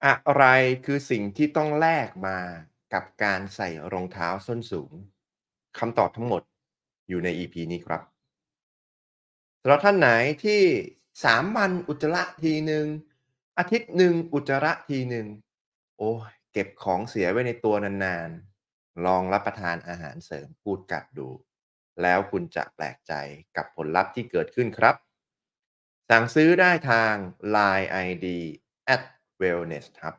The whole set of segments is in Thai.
อะไรคือสิ่งที่ต้องแลกมากับการใส่รองเท้าส้นสูงคำตอบทั้งหมดอยู่ใน EP นี้ครับสำหรับท่านไหนที่3 วันอุจจาระทีหนึ่งอาทิตย์หนึ่งอุจจาระทีหนึ่งโอ้ยเก็บของเสียไว้ในตัวนานๆลองรับประทานอาหารเสริมกูดกัดดูแล้วคุณจะแปลกใจกับผลลัพธ์ที่เกิดขึ้นครับสั่งซื้อได้ทาง LINE ID @wellness-hub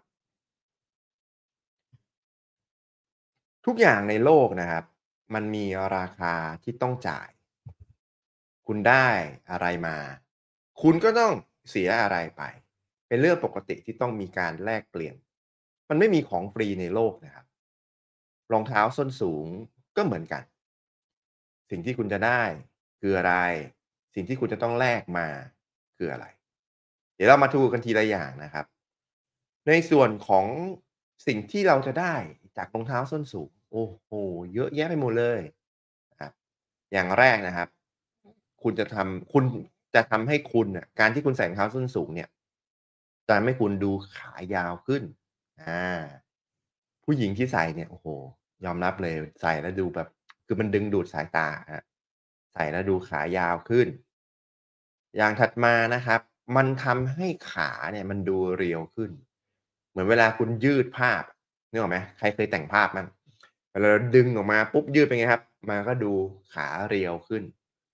ทุกอย่างในโลกนะครับมันมีราคาที่ต้องจ่ายคุณได้อะไรมาคุณก็ต้องเสียอะไรไปเป็นเรื่องปกติที่ต้องมีการแลกเปลี่ยนมันไม่มีของฟรีในโลกนะครับรองเท้าส้นสูงก็เหมือนกันสิ่งที่คุณจะได้คืออะไรสิ่งที่คุณจะต้องแลกมาคืออะไรเดี๋ยวเรามาดูกันทีละอย่างนะครับในส่วนของสิ่งที่เราจะได้จากรองเท้าส้นสูงโอ้โฮเยอะแยะไปหมดเลยครับอย่างแรกนะครับคุณจะทำให้คุณน่ะการที่คุณใส่รองเท้าส้นสูงเนี่ยจะทำให้คุณดูขายาวขึ้นอาผู้หญิงที่ใส่เนี่ยโอ้โฮยอมรับเลยใส่แล้วดูแบบคือมันดึงดูดสายตาครับใส่แล้วดูขายาวขึ้น อย่างถัดมานะครับมันทำให้ขาเนี่ยมันดูเรียวขึ้นเหมือนเวลาคุณยืดภาพนึกออกไหมใครเคยแต่งภาพบ้างเวลาเราดึงออกมาปุ๊บยืดเป็นไงครับมันก็ดูขาเรียวขึ้น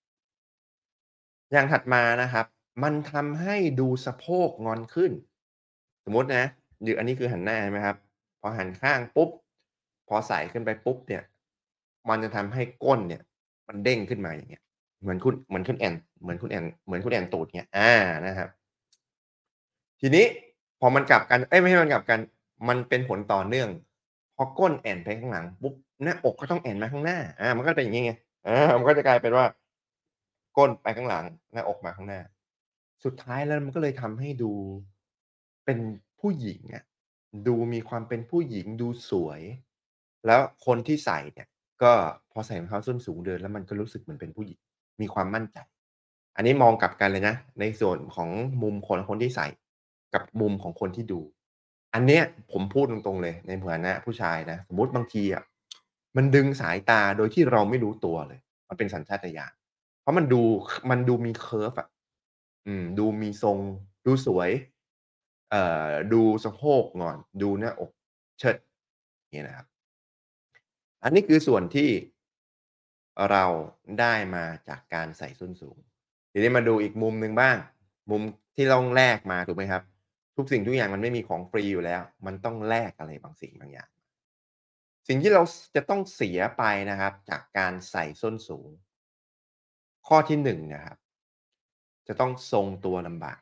อย่างถัดมานะครับมันทำให้ดูสะโพกงอนขึ้นสมมุตินะอันนี้คือหันหน้าใช่ไหมครับพอหันข้างปุ๊บพอใส่ขึ้นไปปุ๊บเนี่ยมันจะทำให้ก้นเนี่ยมันเด้งขึ้นมาอย่างเงี้ยเหมือนคุณแอ่นเหมือนคุณแอ่นตูดเงี้ยนะครับ ทีนี้พอมันกลับกันเอ๊ยไม่ใช่มันกลับกันมันเป็นผลต่อเนื่องพอก้นแอ่นไปข้างหลังปุ๊บหน้าอกก็ต้องแอ่นมาข้างหน้ามันก็เป็นอย่างงี้ไงมันก็จะกลายเป็นว่าก้นไปข้างหลังหน้าอกมาข้างหน้าสุดท้ายแล้วมันก็เลยทำให้ดูเป็นผู้หญิงอะดูมีความเป็นผู้หญิงดูสวยแล้วคนที่ใส่เนี่ยก็พอใส่รองเท้าส้นสูงเดินแล้วมันก็รู้สึกเหมือนเป็นผู้หญิงมีความมั่นใจ อันนี้มองกลับกันเลยนะในส่วนของมุมของคนที่ใส่กับมุมของคนที่ดูอันเนี้ยผมพูดตรงๆเลยในฐานะผู้ชายนะสมมุติบางทีอะมันดึงสายตาโดยที่เราไม่รู้ตัวเลยมันเป็นสัญชาตญาณเพราะมันดูมีเคิร์ฟอะดูมีทรงดูสวยดูสะโพกงอนดูหน้าอกเชิดอย่างงี้นะครับอันนี้คือส่วนที่เราได้มาจากการใส่ส้นสูง ทีนี้มาดูอีกมุมหนึ่งบ้างมุมที่ต้องแลกมาถูกไหมครับทุกสิ่งทุกอย่างมันไม่มีของฟรีอยู่แล้วมันต้องแลกอะไรบางสิ่งบางอย่างสิ่งที่เราจะต้องเสียไปนะครับจากการใส่ส้นสูงข้อที่1นะครับจะต้องทรงตัวลำบาก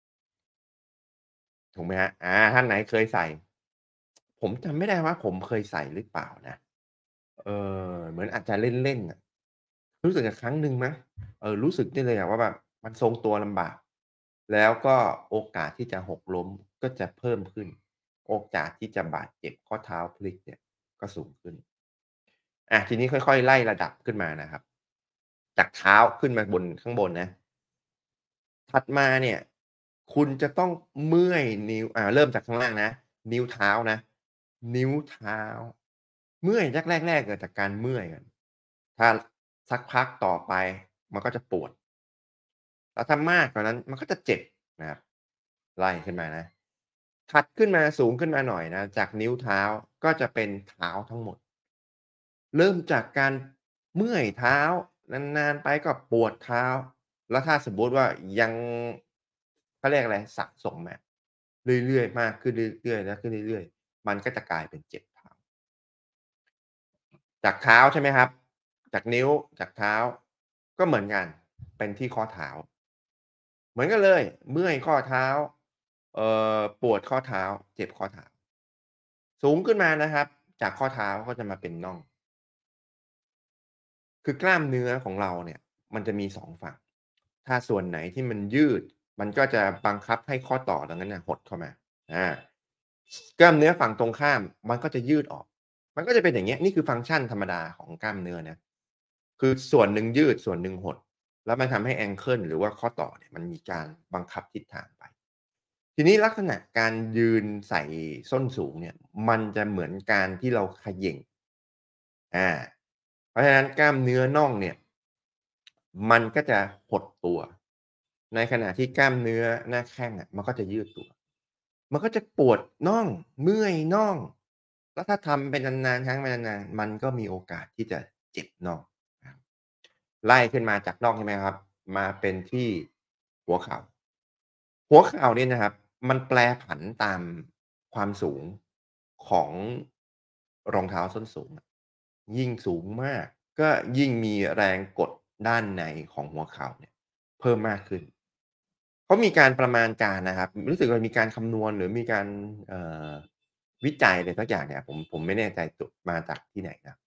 ถูกไหมครับท่านไหนเคยใส่ผมจำไม่ได้ว่าผมเคยใส่หรือเปล่านะเหมือนอาจจะเล่นๆน่ะรู้สึกจะครั้งหนึ่งมั้งรู้สึกได้เลยอะว่าแบบมันทรงตัวลำบาก แล้วก็โอกาสที่จะหกล้มก็จะเพิ่มขึ้นโอกาสที่จะบาดเจ็บข้อเท้าพลิกเนี่ยก็สูงขึ้นทีนี้ค่อยๆไล่ระดับขึ้นมานะครับจากเท้าขึ้นมาบนข้างบนนะถัดมาเนี่ยคุณจะต้องเมื่อยนิ้วเริ่มจากข้างล่างนะนิ้วเท้านะนิ้วเท้าเมื่อยแรกๆเกิดจากการเมื่อยก่อนถ้าสักพักต่อไปมันก็จะปวด แล้วถ้ามากกว่านั้นมันก็จะเจ็บนะครับไล่ขึ้นมานะถัดขึ้นมาสูงขึ้นมาหน่อยนะจากนิ้วเท้าก็จะเป็นเท้าทั้งหมดเริ่มจากการเมื่อยเท้านานๆไปก็ปวดเท้าแล้วถ้าสมมุติว่ายังเขาเรียกอะไรสะสมอะเรื่อยๆมากขึ้นเรื่อยๆแล้วขึ้นเรื่อยๆมันก็จะกลายเป็นเจ็บเท้าจากเท้าใช่ไหมครับจากนิ้วจากเท้าก็เหมือนกันเป็นที่ข้อเท้า เหมือนกันเลยเมื่อยข้อเท้าปวดข้อเท้าเจ็บข้อเท้าสูงขึ้นมานะครับจากข้อเท้าก็จะมาเป็นน่องคือกล้ามเนื้อของเราเนี่ยมันจะมี2ฝั่งถ้าส่วนไหนที่มันยืดมันก็จะบังคับให้ข้อต่อตรงนั้นน่ะหดเข้ามาอากล้ามเนื้อฝั่งตรงข้ามมันก็จะยืดออกมันก็จะเป็นอย่างเงี้ยนี่คือฟังก์ชันธรรมดาของกล้ามเนื้อนะคือส่วนหนึ่งยืดส่วนหนึ่งหดแล้วมันทำให้ ankle หรือว่าข้อต่อเนี่ยมันมีการบังคับทิศทางไปทีนี้ลักษณะการยืนใส่ส้นสูงเนี่ยมันจะเหมือนการที่เราเขย่งอาเพราะฉะนั้นกล้ามเนื้อน่องเนี่ยมันก็จะหดตัวในขณะที่กล้ามเนื้อหน้าแข้งอะมันก็จะยืดตัวมันก็จะปวดน่องเมื่อยน่องแล้วถ้าทำไปนานๆครั้งไปนานๆมันก็มีโอกาสที่จะเจ็บน่องนะครับไล่ขึ้นมาจากน่องใช่ไหมครับมาเป็นที่หัวเข่า หัวเข่าเนี่ยนะครับมันแปรผันตามความสูงของรองเท้าส้นสูงอะยิ่งสูงมากก็ยิ่งมีแรงกดด้านในของหัวเข่าเนี่ยเพิ่มมากขึ้นเขามีการประมาณการนะครับรู้สึกว่ามีการคำนวณหรือมีการเอ่อวิจัยอะไรสักอย่างเนี่ยผมไม่แน่ใจมาจากที่ไหนนะ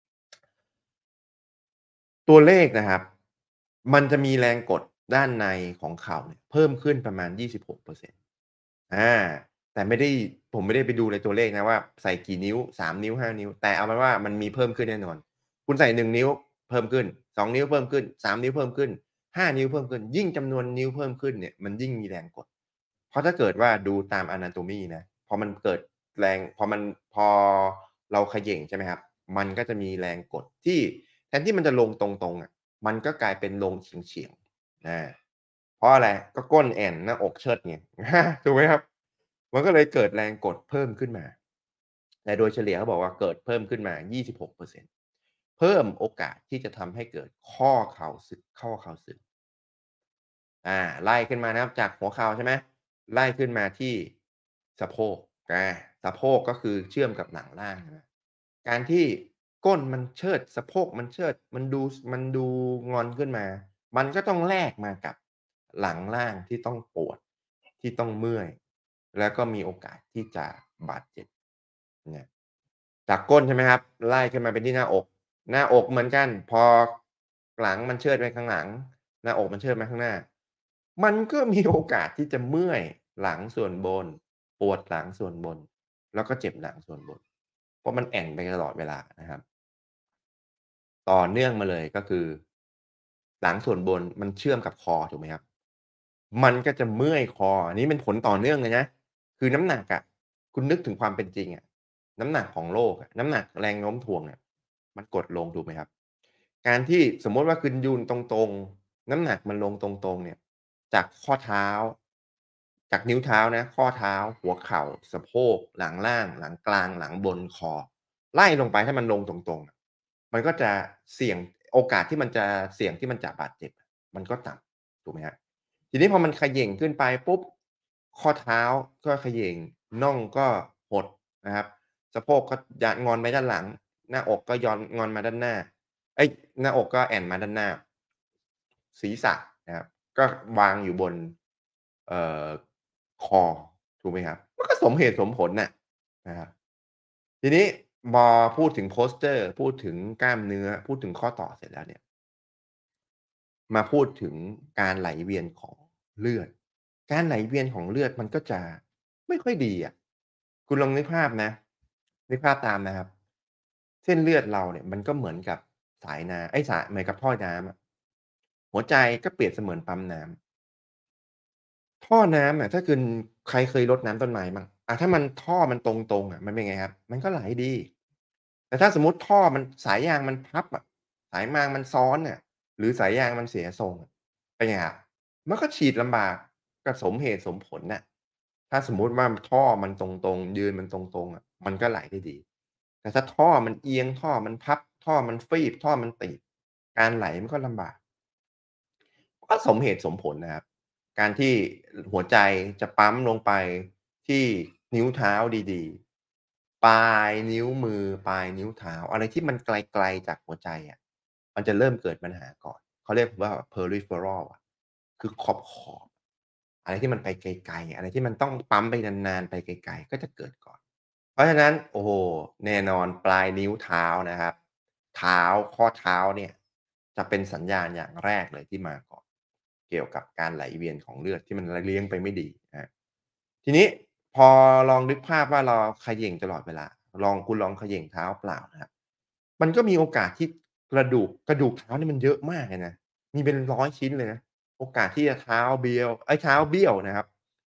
ตัวเลขนะครับมันจะมีแรงกดด้านในของเข่าเนี่ยเพิ่มขึ้นประมาณ 26%อาแต่ไม่ได้ผมไม่ได้ไปดูในตัวเลขนะว่าใส่กี่นิ้ว3นิ้ว5นิ้วแต่เอาเป็นว่ามันมีเพิ่มขึ้นแน่นอนคุณใส่1นิ้วเพิ่มขึ้น2นิ้วเพิ่มขึ้น3นิ้วเพิ่มขึ้น5นิ้วเพิ่มขึ้นยิ่งจำนวนนิ้วเพิ่มขึ้นเนี่ยมันยิ่งมีแรงกดเพราะถ้าเกิดว่าดูตาม Anatomy นะพอมันเกิดแรงพอเราเขย่งใช่ไหมครับมันก็จะมีแรงกดที่แทนที่มันจะลงตรงๆอะ มันก็กลายเป็นลงเฉียงๆเพราะอะไรก็ก้นแอ่นหน้าอกเชิดไงถูกไหมครับมันก็เลยเกิดแรงกดเพิ่มขึ้นมาแต่โดยเฉลี่ยเขาบอกว่าเกิดเพิ่มขึ้นมา 26%เพิ่มโอกาสที่จะทำให้เกิดข้อเข่าสึกไล่ขึ้นมานะครับจากหัวเข่าใช่ไหมไล่ขึ้นมาที่สะโพกอาสะโพกก็คือเชื่อมกับหลังล่างใช่ไหมการที่ก้นมันเชิดสะโพกมันเชิดมันดูงอนขึ้นมามันก็ต้องแลกมากับหลังล่างที่ต้องปวดที่ต้องเมื่อยแล้วก็มีโอกาสที่จะบาดเจ็บเนี่ยจากก้นใช่ไหมครับไล่ขึ้นมาเป็นที่หน้าอกหน้าอกเหมือนกันพอหลังมันเชิดไปข้างหลังหน้าอกมันเชิดมาข้างหน้ามันก็มีโอกาสที่จะเมื่อยหลังส่วนบนปวดหลังส่วนบนแล้วก็เจ็บหลังส่วนบน เพราะมันแอ่นไปตลอดเวลานะครับต่อเนื่องมาเลยก็คือหลังส่วนบนมันเชื่อมกับคอถูกไหมครับมันก็จะเมื่อยคออันนี้เป็นผลต่อเนื่องเลยนะคือน้ำหนักอะคุณนึกถึงความเป็นจริงอะน้ำหนักของโลกอะน้ำหนักแรงโน้มถ่วงอะมันกดลงถูกไหมครับการที่สมมุติว่าคุณยืนตรงๆน้ำหนักมันลงตรงๆเนี่ยจากข้อเท้าจากนิ้วเท้านะข้อเท้าหัวเข่าสะโพกหลังล่างหลังกลางหลังบนคอ ไล่ลงไปให้มันลงตรงๆอะมันก็จะเสี่ยงโอกาสที่มันจะเสี่ยงที่มันจะบาดเจ็บอะมันก็ต่ำถูกไหมครับทีนี้พอมันเขย่งขึ้นไปปุ๊บข้อเท้าก็เขย่งน่องก็หดนะครับสะโพกก็งอนไปด้านหลังหน้าอกก็งอนมาด้านหน้าเอ๊ยหน้าอกก็แอ่นมาด้านหน้าศีรษะนะครับก็วางอยู่บนเอ่อคอถูกไหมครับมันก็สมเหตุสมผลน่ะนะครับ ทีนี้พอพูดถึง posture พูดถึงกล้ามเนื้อพูดถึงข้อต่อเสร็จแล้วเนี่ยมาพูดถึงการไหลเวียนของเลือดการไหลเวียนของเลือดมันก็จะไม่ค่อยดีอะคุณลองนึกภาพนะนึกภาพตามนะครับเส้นเลือดเราเนี่ยมันก็เหมือนกับสายน้ำเอ๊ยเหมือนกับท่อน้ำอะหัวใจก็เปรียบเสมือนปั๊มน้ำ ท่อน้ำอะถ้าคุณใครเคยรดน้ำต้นไม้มั่งถ้ามันท่อมันตรงๆอะมันเป็นไงครับมันก็ไหลดีแต่ถ้าสมมุติท่อมันสายยางมันพับอะสายยางมันซ้อนน่ะหรือสายยางมันเสียทรงอะเป็นไงครับมันก็ฉีดลำบากก็สมเหตุสมผลน่ะถ้าสมมุติว่าท่อมันตรงๆยืนมันตรงๆอะมันก็ไหลได้ดีแต่ถ้าท่อมันเอียงท่อมันพับท่อมันฟีบท่อมันตีบการไหลมันก็ลำบาก ก็สมเหตุสมผลนะครับการที่หัวใจจะปั๊มลงไปที่นิ้วเท้าดีๆปลายนิ้วมือปลายนิ้วเท้าอะไรที่มันไกลๆจากหัวใจอะมันจะเริ่มเกิดปัญหาก่อนเขาเรียกว่า peripheral อะคือขอบๆอะไรที่มันไปไกลๆอะไรที่มันต้องปั๊มไปนานๆไปไกลๆก็จะเกิดก่อน เพราะฉะนั้นโอ้โฮแน่นอนปลายนิ้วเท้านะครับข้อเท้าเนี่ยจะเป็นสัญญาณอย่างแรกเลยที่มาก่อนเกี่ยวกับการไหลเวียนของเลือดที่มันเลี้ยงไปไม่ดีนะครับทีนี้พอลองนึกภาพว่าเราเขย่งตลอดเวลาคุณลองเขย่งเท้าเปล่านะครับมันก็มีโอกาสที่กระดูกเท้านี่มันเยอะมากเลยนะมีเป็น100ชิ้นเลยนะโอกาสที่จะเท้าเบี้ยวนะครับ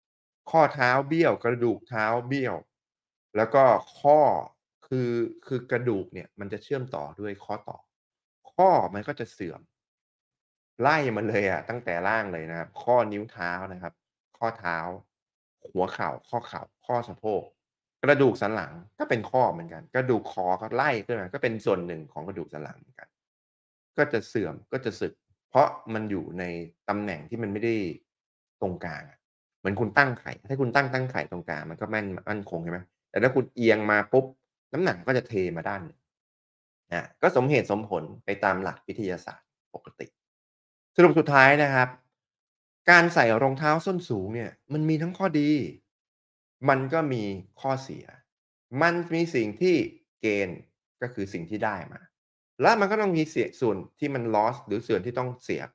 ข้อเท้าเบี้ยวกระดูกเท้าเบี้ยวแล้วก็ข้อคือกระดูกเนี่ยมันจะเชื่อมต่อด้วยข้อต่อข้อมันก็จะเสื่อมไล่มาเลยอะตั้งแต่ล่างเลยนะครับข้อนิ้วเท้านะครับข้อเท้าหัวเข่าข้อเข่าข้อสะโพกกระดูกสันหลังก็เป็นข้อเหมือนกันกระดูกคอก็ไล่ขึ้นมาก็เป็นส่วนหนึ่งของกระดูกสันหลังเหมือนกันก็จะเสื่อมก็จะสึกเพราะมันอยู่ในตำแหน่งที่มันไม่ได้ตรงกลางอะ เหมือนคุณตั้งไข่ถ้าคุณตั้งไข่ตรงกลางมันก็มั่นคงใช่ไหมแต่ถ้าคุณเอียงมาปุ๊บน้ำหนักก็จะเทมาด้านหนึ่งก็สมเหตุสมผลไปตามหลักวิทยาศาสตร์ปกติสรุปสุดท้ายนะครับการใส่รองเท้าส้นสูงเนี่ยมันมีทั้งข้อดีมันก็มีข้อเสียมันมีสิ่งที่ gain ก็คือสิ่งที่ได้มาแล้วมันก็ต้องมีส่วนที่มัน loss หรือส่วนที่ต้องเสียไป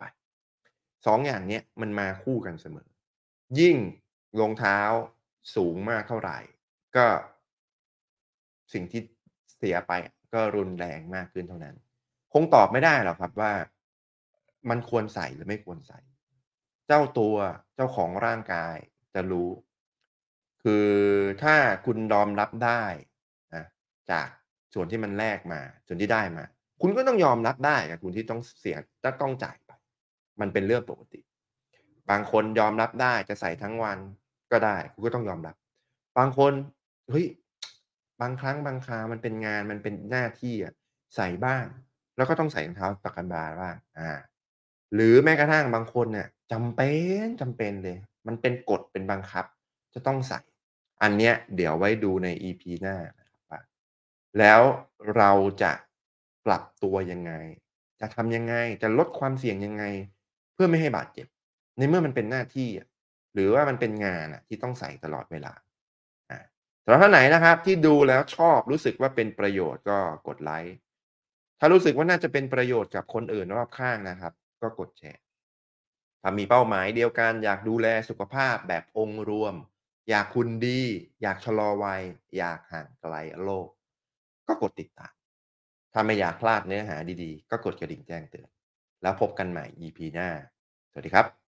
2องอย่างเนี้ยมันมาคู่กันเสมอ ยิ่งรองเท้าสูงมากเท่าไรก็สิ่งที่เสียไปก็รุนแรงมากขึ้นเท่านั้นคงตอบไม่ได้หรอกครับว่ามันควรใส่หรือไม่ควรใส่เจ้าตัวเจ้าของร่างกายจะรู้คือถ้าคุณยอมรับได้นะจากส่วนที่มันแลกมาส่วนที่ได้มาคุณก็ต้องยอมรับได้กับคุณที่ต้องเสียต้องจ่ายไปมันเป็นเรื่องปกติ บางคนยอมรับได้จะใส่ทั้งวันก็ได้คุณก็ต้องยอมรับบางคนเฮ้ยบางครั้งบางคราวมันเป็นงานมันเป็นหน้าที่อะใส่บ้างแล้วก็ต้องใส่รองเท้าปะกันบาบ้างหรือแม้กระทั่งบางคนเนี่ยจำเป็นเลยมันเป็นกฎเป็นบังคับจะต้องใส่อันเนี้ยเดี๋ยวไว้ดูใน EP หน้านะครับว่าแล้วเราจะปรับตัวยังไงจะทำยังไงจะลดความเสี่ยงยังไงเพื่อไม่ให้บาดเจ็บ ในเมื่อมันเป็นหน้าที่อะหรือว่ามันเป็นงานอะที่ต้องใส่ตลอดเวลาอาสำหรับท่านไหนนะครับที่ดูแล้วชอบรู้สึกว่าเป็นประโยชน์ก็กดไลก์ถ้ารู้สึกว่าน่าจะเป็นประโยชน์กับคนอื่นรอบข้างนะครับก็กดแชร์ถ้ามีเป้าหมายเดียวกันอยากดูแลสุขภาพแบบองค์รวมอยากหุ่นดีอยากชะลอวัยอยากห่างไกลโรคก็กดติดตามถ้าไม่อยากพลาดเนื้อหาดีๆก็กดกระดิ่งแจ้งเตือนแล้วพบกันใหม่ EP หน้าสวัสดีครับ